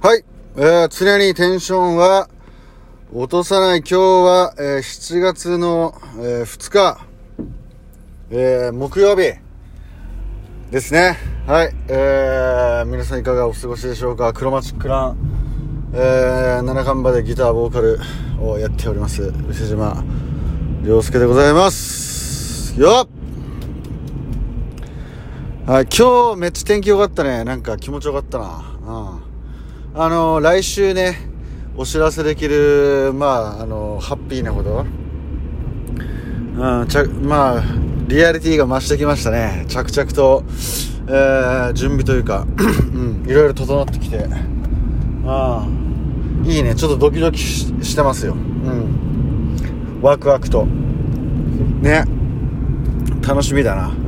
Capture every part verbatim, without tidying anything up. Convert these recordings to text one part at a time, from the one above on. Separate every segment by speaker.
Speaker 1: はい、えー、常にテンションは落とさない。今日は、えー、しちがつの、えー、ふつか、えー、木曜日ですね。はい、えー、皆さんいかがお過ごしでしょうか。クロマチックラン、えー、七冠場でギターボーカルをやっております牛島亮介でございますよ。はい、今日めっちゃ天気良かったね。なんか気持ちよかったな。うんあのー、来週ねお知らせできるまああのー、ハッピーなこと、うん、ちゃまあリアリティが増してきましたね。着々と、えー、準備というか、うん、いろいろ整ってきて、あいいね。ちょっとドキドキ し, してますよ、うん、ワクワクとね、楽しみだな。うん、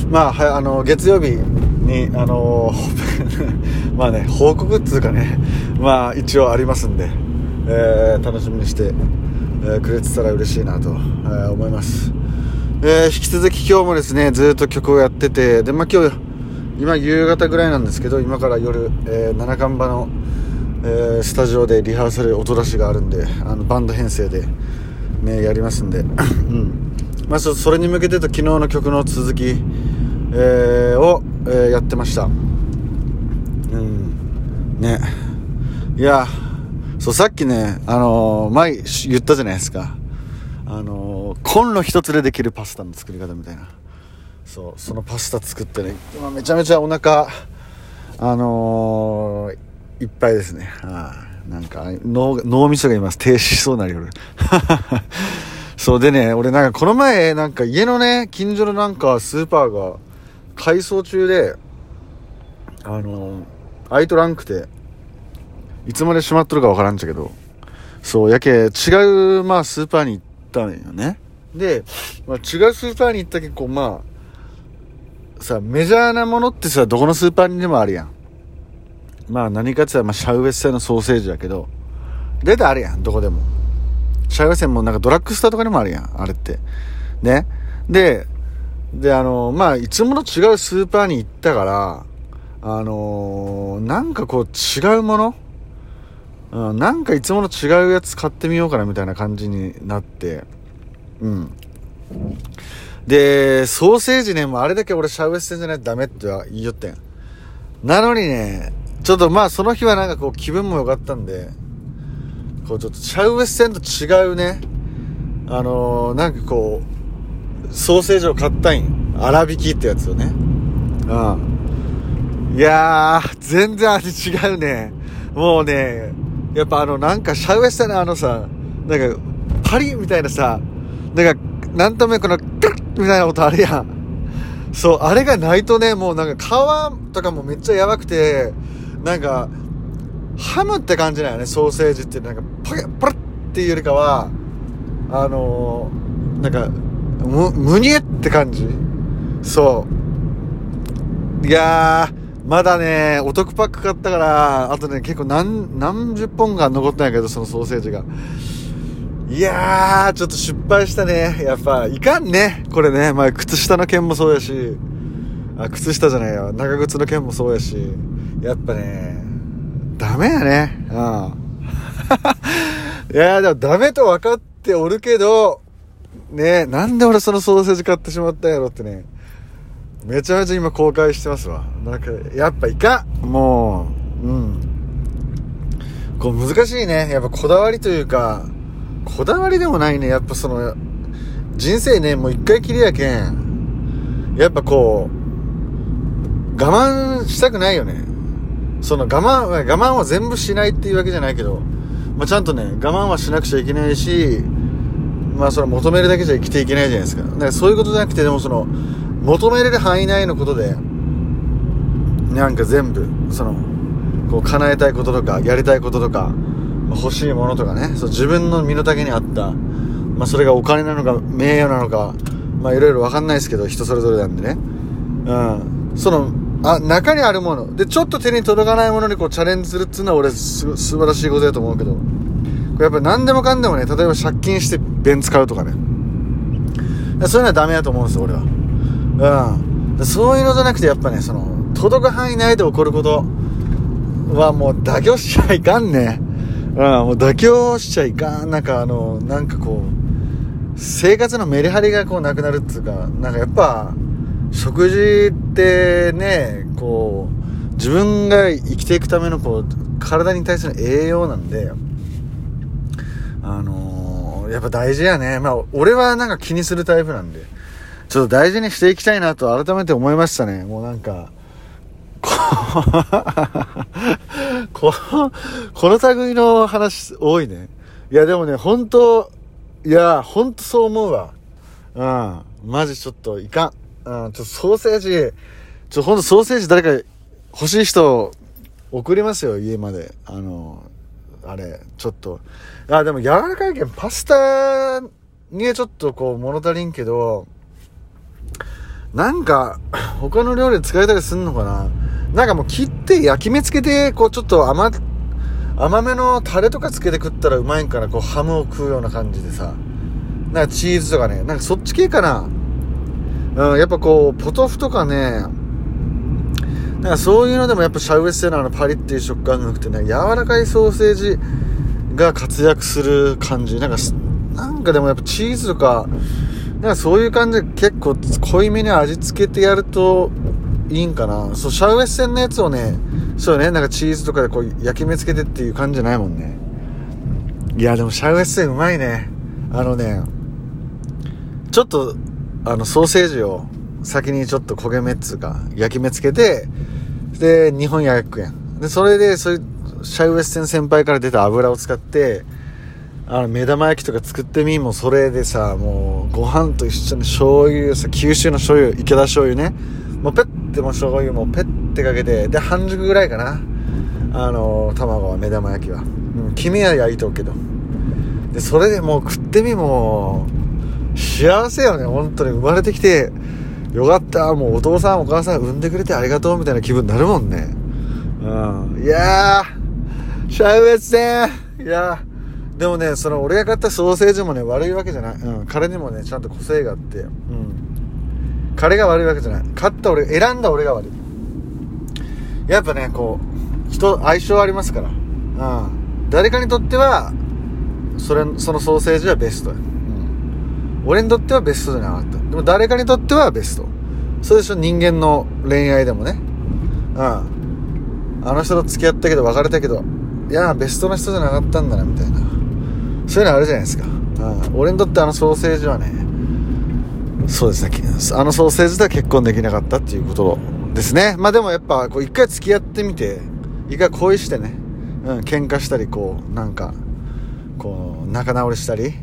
Speaker 1: まあはあの月曜日にあのー、まあね報告っつうかね、まあ一応ありますんで、えー、楽しみにして、えー、くれてたら嬉しいなと、えー、思います。えー、引き続き今日もですねずっと曲をやってて、でまあ今日今夕方ぐらいなんですけど、今から夜、えー、七冠場の、えー、スタジオでリハーサル音出しがあるんで、あのバンド編成でねやりますんで、うんまあ、それに向けてと昨日の曲の続き、えー、を、えー、やってました。うんね、いやそうさっきねあのー、前言ったじゃないですか。あのー、コンロ一つでできるパスタの作り方みたいな。そうそのパスタ作ってね今めちゃめちゃお腹あのー、いっぱいですね。あなんか 脳, 脳みそが今停止しそうになるよそうでね、俺なんかこの前なんか家のね近所のなんかスーパーが改装中で、あのー、空いとらんくていつまで閉まっとるかわからんちゃけど、そうやけ違うまあスーパーに行ったんよね。で、まあ、違うスーパーに行ったけどまあさメジャーなものってさどこのスーパーにでもあるやん。まあ何かって言ったら、まあ、シャウエッセンのソーセージだけど出てあるやんどこでも。シャウエッセンもなんかドラッグストアとかにもあるやんあれってね。でであのまあいつもの違うスーパーに行ったからあのー、なんかこう違うもの、うん、なんかいつもの違うやつ買ってみようかなみたいな感じになって、うんでソーセージねもうあれだけ俺シャウエッセンじゃないとダメって言いよってん。なのにねちょっとまあその日はなんかこう気分も良かったんで、こうちょっとシャウエッセンと違うねあのー、なんかこうソーセージを買ったんよ。粗挽きってやつをね。うんいやー全然味違うね。もうねやっぱあのなんかシャウエッセンのあのさなんかパリみたいなさなんかなんともこのグッみたいなことあるやん。そうあれがないとねもうなんか皮とかもめっちゃやばくてなんかハムって感じだよね。ソーセージってなんかパリッパリッっていうよりかはあのー、なんかむむにえって感じ。そういやーまだねお得パック買ったからあとね結構何何十本か残ってないけどそのソーセージがいやーちょっと失敗したね。やっぱいかんねこれね。まあ靴下の件もそうやしあ靴下じゃないよ長靴の件もそうやしやっぱねダメやね。うんいやでもダメと分かっておるけどね、なんで俺そのソーセージ買ってしまったんやろってねめちゃめちゃ今後悔してますわ。なんかやっぱいかんもううんこう難しいね。やっぱこだわりというかこだわりでもないね。やっぱその人生ねもう一回きりやけんやっぱこう我慢したくないよね。その我慢我慢は全部しないっていうわけじゃないけど、まあ、ちゃんとね我慢はしなくちゃいけないしまあそれ求めるだけじゃ生きていけないじゃないですか。だからそういうことじゃなくてでもその求めれる範囲内のことでなんか全部そのこう叶えたいこととかやりたいこととか欲しいものとかねそう自分の身の丈に合ったまあそれがお金なのか名誉なのかまあいろいろ分かんないですけど人それぞれなんでね。うんそのあ中にあるものでちょっと手に届かないものにこうチャレンジするっていうのは俺す素晴らしいことだと思うけど、これやっぱり何でもかんでもね例えば借金してベンツ買うとかねそういうのはダメだと思うんですよ俺は。うんそういうのじゃなくてやっぱねその届く範囲内で起こることはもう妥協しちゃいかんね。うん、もう妥協しちゃいかん。なんかあの、なんかこう、生活のメリハリがこうなくなるっていうか、なんかやっぱ、食事ってね、こう、自分が生きていくためのこう、体に対する栄養なんで、あのー、やっぱ大事やね。まあ、俺はなんか気にするタイプなんで、ちょっと大事にしていきたいなと改めて思いましたね。もうなんか、この、この類の話多いね。いやでもね、本当いや、本当そう思うわ。うん。マジちょっといかん。うん。ちょっとソーセージ、ちょ、ほんとソーセージ誰か欲しい人送りますよ、家まで。あの、あれ、ちょっと。あ、でも柔らかいけん、パスタにはちょっとこう物足りんけど、なんか、他の料理で使えたりすんのかな。なんかもう切って焼き目つけて、こうちょっと甘、甘めのタレとかつけて食ったらうまいんかな。こうハムを食うような感じでさ。なんかチーズとかね。なんかそっち系かな。うん、やっぱこう、ポトフとかね、なんかそういうのでもやっぱシャウエッセンのあのパリっていう食感がなくてね、柔らかいソーセージが活躍する感じ。なんか、なんかでもやっぱチーズとか、なんかそういう感じで結構濃いめに味付けてやるといいんかな。そう、シャウエッセンのやつをね、そうね、なんかチーズとかでこう焼き目つけてっていう感じじゃないもんね。いやでもシャウエッセンうまいね。あのね、ちょっとあのソーセージを先にちょっと焦げ目っつうか焼き目つけて、で日本焼くやん。でそれでそういうシャウエッセン先輩から出た油を使ってあの目玉焼きとか作ってみ。もうそれでさ、もうご飯と一緒に醤油さ、九州の醤油、池田醤油ね、もうペッてもう醤油もペッてかけて、で半熟ぐらいかな、あの卵は目玉焼きは、うん、黄身は焼いとくけど、でそれでもう食ってみ。もう幸せよね、本当に。生まれてきてよかった、もうお父さんお母さん産んでくれてありがとうみたいな気分になるもんね。うん、いやーシャウエッセン、いやーでもね、その俺が買ったソーセージもね悪いわけじゃない。うん、彼にもねちゃんと個性があって、うん、彼が悪いわけじゃない。買った俺、選んだ俺が悪い。やっぱね、こう人相性ありますから、うん、誰かにとってはそれそのソーセージはベストや、うん、俺にとってはベストじゃなかった。でも誰かにとってはベスト。そうでしょ、人間の恋愛でもね。うん、あの人と付き合ったけど別れたけど、いやベストな人じゃなかったんだなみたいな、そういうのあるじゃないですか。うん、俺にとってあのソーセージはね、そうですね、あのソーセージでは結婚できなかったっていうことですね。まあでもやっぱこう一回付き合ってみて、一回恋してね、うん、喧嘩したり、こうなんかこう仲直りしたり、うん、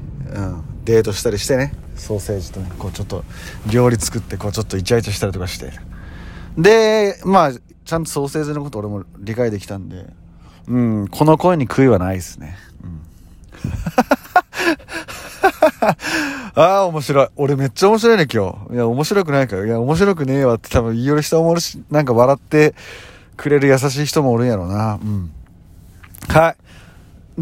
Speaker 1: デートしたりしてね、ソーセージとねこうちょっと料理作ってこうちょっとイチャイチャしたりとかして、でまあちゃんとソーセージのこと俺も理解できたんで、うん、この恋に悔いはないですね。うんああ面白い。俺めっちゃ面白いね今日。いや面白くないから、いや面白くねえわって多分言いよりした思うし、なんか笑ってくれる優しい人もおるんやろうな。うん。はい。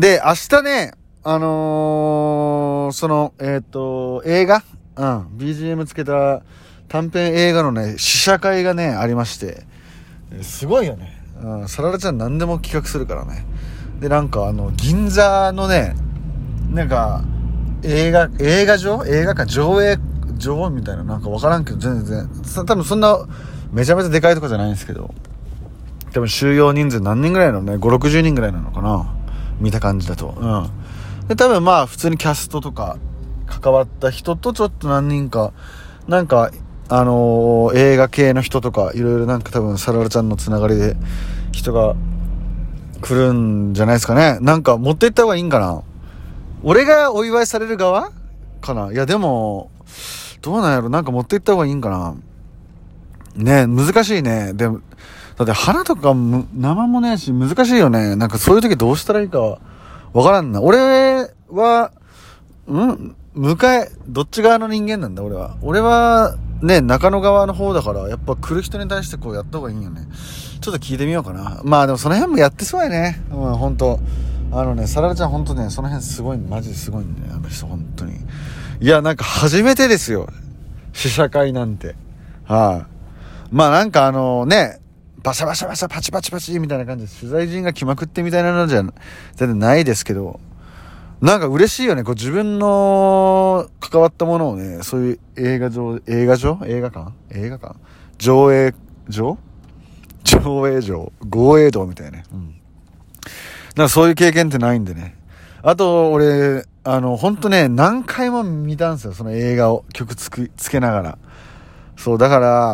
Speaker 1: で明日ね、あのー、そのえっと映画、うん ビージーエム つけた短編映画のね試写会がねありまして、すごいよね。うん、サララちゃん何でも企画するからね。でなんかあの銀座のね、なんか映画映画場映画館上映場みたいな、なんか分からんけど全然多分そんなめちゃめちゃでかいとこじゃないんですけど、多分収容人数何人ぐらいのね、ごじゅうろくじゅうにんぐらいなのかな、見た感じだと。うんで多分まあ普通にキャストとか関わった人とちょっと何人かなんかあのー、映画系の人とかいろいろなんか多分サララちゃんのつながりで人が来るんじゃないですかね。なんか持って行った方がいいんかな。俺がお祝いされる側かな。いやでもどうなんやろ、なんか持って行った方がいいんかなね。難しいね。でもだって花とかも生もねえし難しいよね。なんかそういう時どうしたらいいかわからんな。俺はうん迎えどっち側の人間なんだ俺は。俺はね中野側の方だから、やっぱ来る人に対してこうやった方がいいんよね。ちょっと聞いてみようかな。まあでもその辺もやってそうやね。うん、本当あのねサララちゃん本当ねその辺すごい、マジですごいんだよあの人本当に。いやなんか初めてですよ試写会なんて。はい、あ、まあなんかあのねバシャバシャバシャパチパチパチみたいな感じで取材陣が来まくってみたいなのじゃ全然ないですけど、なんか嬉しいよね。こう自分の関わったものをね、そういう映画場、映画場映画館映画館上映場上映場豪栄道みたいなね。うん。だからそういう経験ってないんでね。あと、俺、あの、ほんとね、何回も見たんですよ。その映画を曲つく、つけながら。そう、だから、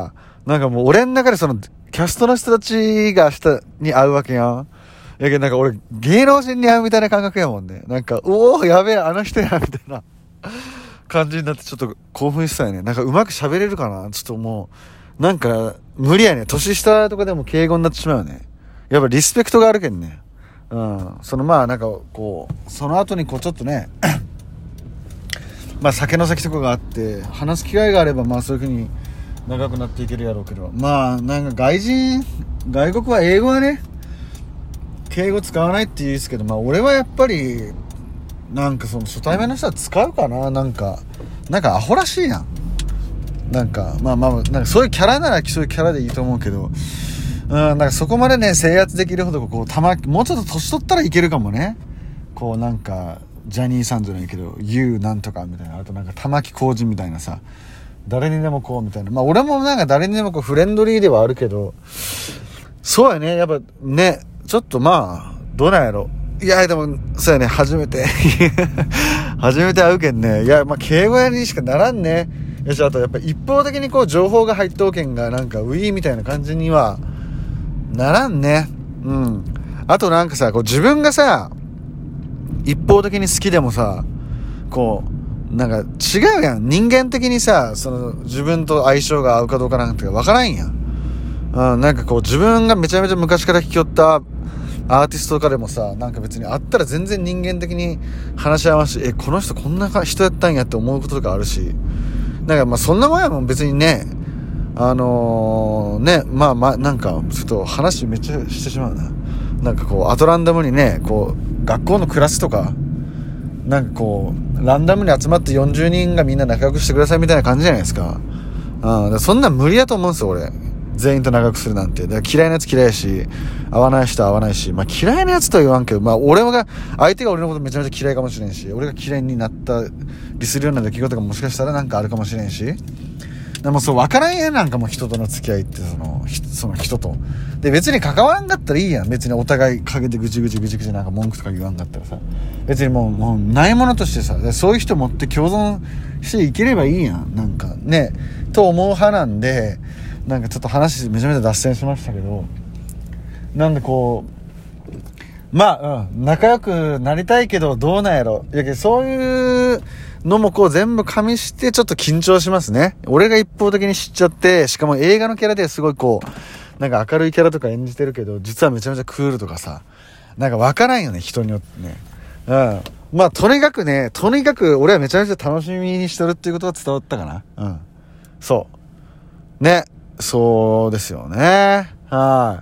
Speaker 1: なんかもう俺の中でその、キャストの人たちが明日に会うわけやん。やけどなんか俺、芸能人に会うみたいな感覚やもんね。なんか、おー、やべえ、あの人や、みたいな感じになってちょっと興奮したよね。なんかうまく喋れるかなちょっともう、なんか、無理やね。年下とかでも敬語になってしまうよね。やっぱリスペクトがあるけんね。うん。そのまあなんかこう、その後にこうちょっとね、まあ酒の席とかがあって、話す機会があればまあそういう風に長くなっていけるやろうけど、まあなんか外人、外国は英語はね、敬語使わないって言うんですけど、まあ俺はやっぱり、なんかその初対面の人は使うかな。なんか、なんかアホらしいやん。なんか、まあまあ、なんかそういうキャラならそういうキャラでいいと思うけど、うん、なんかそこまでね、制圧できるほど、こう、たま、もうちょっと年取ったらいけるかもね。こうなんか、ジャニーさんじゃないけど、ユーなんとかみたいな、あとなんか玉置浩二みたいなさ、誰にでもこうみたいな。まあ俺もなんか誰にでもこうフレンドリーではあるけど、そうやね、やっぱね、ちょっとまあ、どうなんやろ。いや、でも、そうやね、初めて。初めて会うけんね。いや、まあ敬語やにしかならんね。よし、あとやっぱ一方的にこう情報が入っとうけんがなんかウィーみたいな感じにはならんね。うん。あとなんかさ、こう自分がさ、一方的に好きでもさ、こう、なんか違うやん。人間的にさ、その自分と相性が合うかどうかなんてわからんやん。うん、なんかこう自分がめちゃめちゃ昔から聴きよったアーティストとかでもさ、なんか別に会ったら全然人間的に話し合わんし、え、この人こんな人やったんやって思うこととかあるし、なんかまあそんなもんやもん別にね、あのー、ね、まあまあなんかちょっと話めっちゃしてしまうな。なんかこうアトランダムにね、こう学校のクラスとか、なんかこうランダムに集まってよんじゅうにんがみんな仲良くしてくださいみたいな感じじゃないですか。うん、そんなん無理やと思うんですよ俺。全員と仲良くするなんて。だから嫌いなやつ嫌いやし、合わない人は合わないし、まあ嫌いなやつとは言わんけど、まあ俺が、相手が俺のことめちゃめちゃ嫌いかもしれんし、俺が嫌いになったりするような出来事がもしかしたらなんかあるかもしれんし、でもそう分からんやん、なんかもう人との付き合いって、その、その人と。で別に関わらんかったらいいやん。別にお互い陰でぐちぐちぐちぐちなんか文句とか言わんかったらさ。別にもう、もうないものとしてさ、そういう人持って共存していければいいやん。なんかね、と思う派なんで、なんかちょっと話めちゃめちゃ脱線しましたけど、なんでこうまあ、うん、仲良くなりたいけどどうなんやろ。いやけどそういうのもこう全部加味してちょっと緊張しますね。俺が一方的に知っちゃって、しかも映画のキャラですごいこうなんか明るいキャラとか演じてるけど、実はめちゃめちゃクールとかさ、なんか分からんよね、人によってね。うん。まあとにかくね、とにかく俺はめちゃめちゃ楽しみにしてるっていうことが伝わったかな。うん。そうね。そうですよね。はい。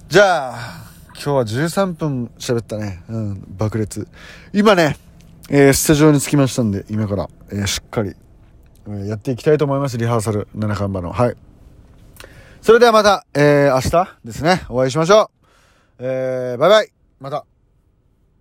Speaker 1: じゃあ、今日はじゅうさんぷん喋ったね。うん、爆裂。今ね、えー、スタジオに着きましたんで、今から、えー、しっかり、えー、やっていきたいと思います。リハーサル、七冠馬の。はい。それではまた、えー、明日ですね、お会いしましょう。えー、バイバイ。また。